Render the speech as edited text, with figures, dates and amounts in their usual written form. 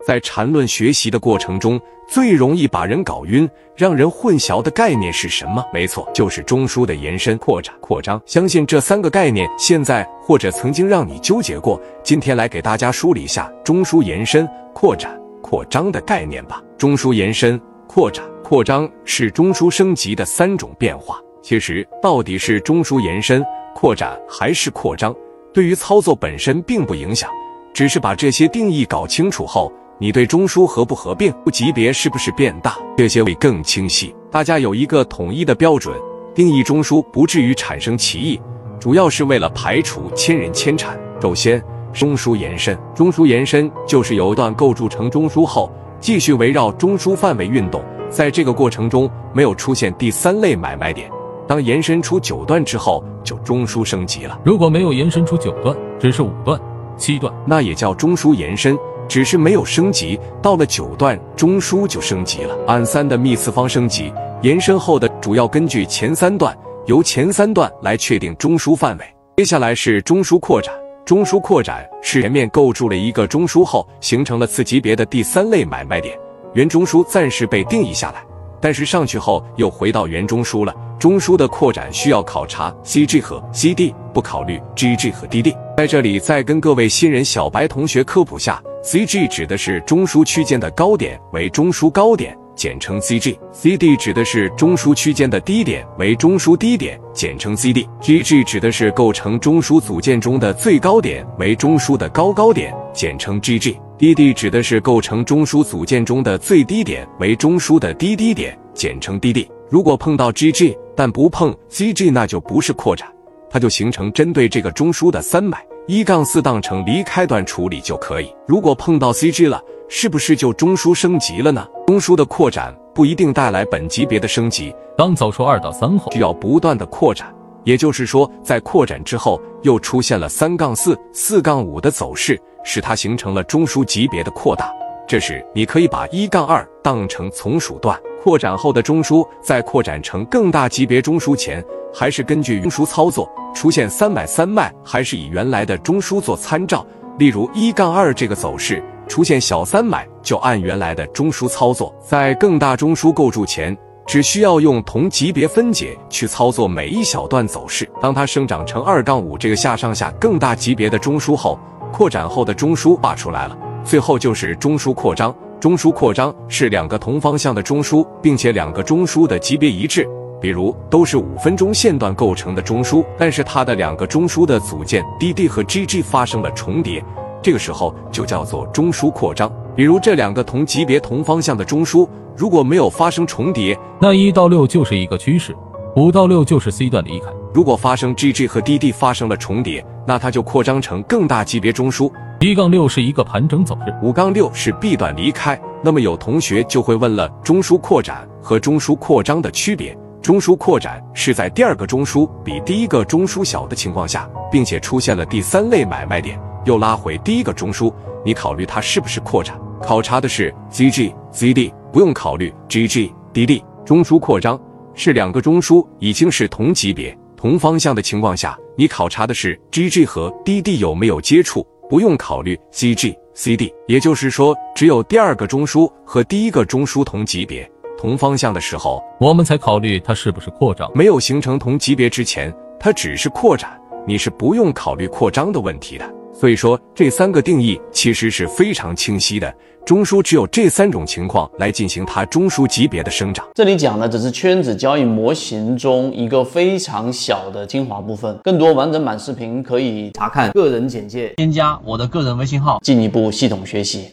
在缠论学习的过程中，最容易把人搞晕、让人混淆的概念是什么？没错，就是中枢的延伸、扩展、扩张。相信这三个概念现在或者曾经让你纠结过，今天来给大家梳理一下中枢延伸、扩展、扩张的概念吧。中枢延伸、扩展、扩张是中枢升级的三种变化。其实，到底是中枢延伸、扩展还是扩张，对于操作本身并不影响，只是把这些定义搞清楚后，你对中枢合不合并、级别是不是变大，这些会更清晰。大家有一个统一的标准，定义中枢不至于产生歧义，主要是为了排除千人千缠。首先，中枢延伸。中枢延伸就是由一段构筑成中枢后，继续围绕中枢范围运动，在这个过程中没有出现第三类买卖点。当延伸出9段之后，就中枢升级了。 如果没有延伸出9段，只是5段、7段， 那也叫中枢延伸，只是没有升级，到了9段，中枢就升级了。按3的幂次方升级，延伸后的主要根据前3段，由前3段来确定中枢范围。接下来是中枢扩展。中枢扩展是前面构筑了一个中枢后，形成了次级别的第3类买卖点，原中枢暂时被定义下来，但是上去后又回到原中枢了。中枢的扩展需要考察 CG 和 CD， 不考虑 GG 和 DD。在这里再跟各位新人小白同学科普下， CG 指的是中枢区间的高点为中枢高点，简称 CG。 CD 指的是中枢区间的低点为中枢低点，简称 CD。 GG 指的是构成中枢组件中的最高点为中枢的高点，简称 GG。 DD 指的是构成中枢组件中的最低点为中枢的低点，简称 DD。 如果碰到 GG 但不碰 CG， 那就不是扩展，它就形成针对这个中枢的3买1-4当成离开段处理就可以。如果碰到 CG 了，是不是就中枢升级了呢？中枢的扩展不一定带来本级别的升级， 当走出2到3后， 需要不断的扩展，也就是说，在扩展之后又出现了3-4、4-5的走势，使它形成了中枢级别的扩大。这时你可以把1-2当成从属段。扩展后的中枢在扩展成更大级别中枢前，还是根据中枢操作，出现3买3卖，还是以原来的中枢做参照。例如1-2这个走势出现小3买，就按原来的中枢操作。在更大中枢构筑前，只需要用同级别分解去操作每一小段走势。当它生长成2-5这个下上下更大级别的中枢后，扩展后的中枢画出来了。最后就是中枢扩张。中枢扩张是2个同方向的中枢，并且2个中枢的级别一致，比如都是5分钟线段构成的中枢，但是它的2个中枢的组件 DD 和 GG 发生了重叠，这个时候就叫做中枢扩张。比如这2个同级别同方向的中枢如果没有发生重叠， 那1到6就是一个趋势，5到6就是 C 段离开。 如果发生 GG 和 DD 发生了重叠，那它就扩张成更大级别中枢。 1-6是一个盘整走势 ，5-6是 B 段离开。那么有同学就会问了，中枢扩展和中枢扩张的区别。中枢扩展是在第2个中枢比第1个中枢小的情况下，并且出现了第3类买卖点，又拉回第1个中枢，你考虑它是不是扩展，考察的是 GG、CD， 不用考虑 GG、DD。 中枢扩张是2个中枢已经是同级别同方向的情况下，你考察的是 GG 和 DD 有没有接触，不用考虑 CG、CD。 也就是说，只有第2个中枢和第1个中枢同级别同方向的时候， 我们才考虑它是不是扩张。 没有形成同级别之前，它只是扩展，你是不用考虑扩张的问题的。所以说这3个定义其实是非常清晰的，中枢只有这3种情况来进行它中枢级别的生长。 这里讲的只是圈子交易模型中一个非常小的精华部分，更多完整版视频可以查看个人简介，添加我的个人微信号进一步系统学习。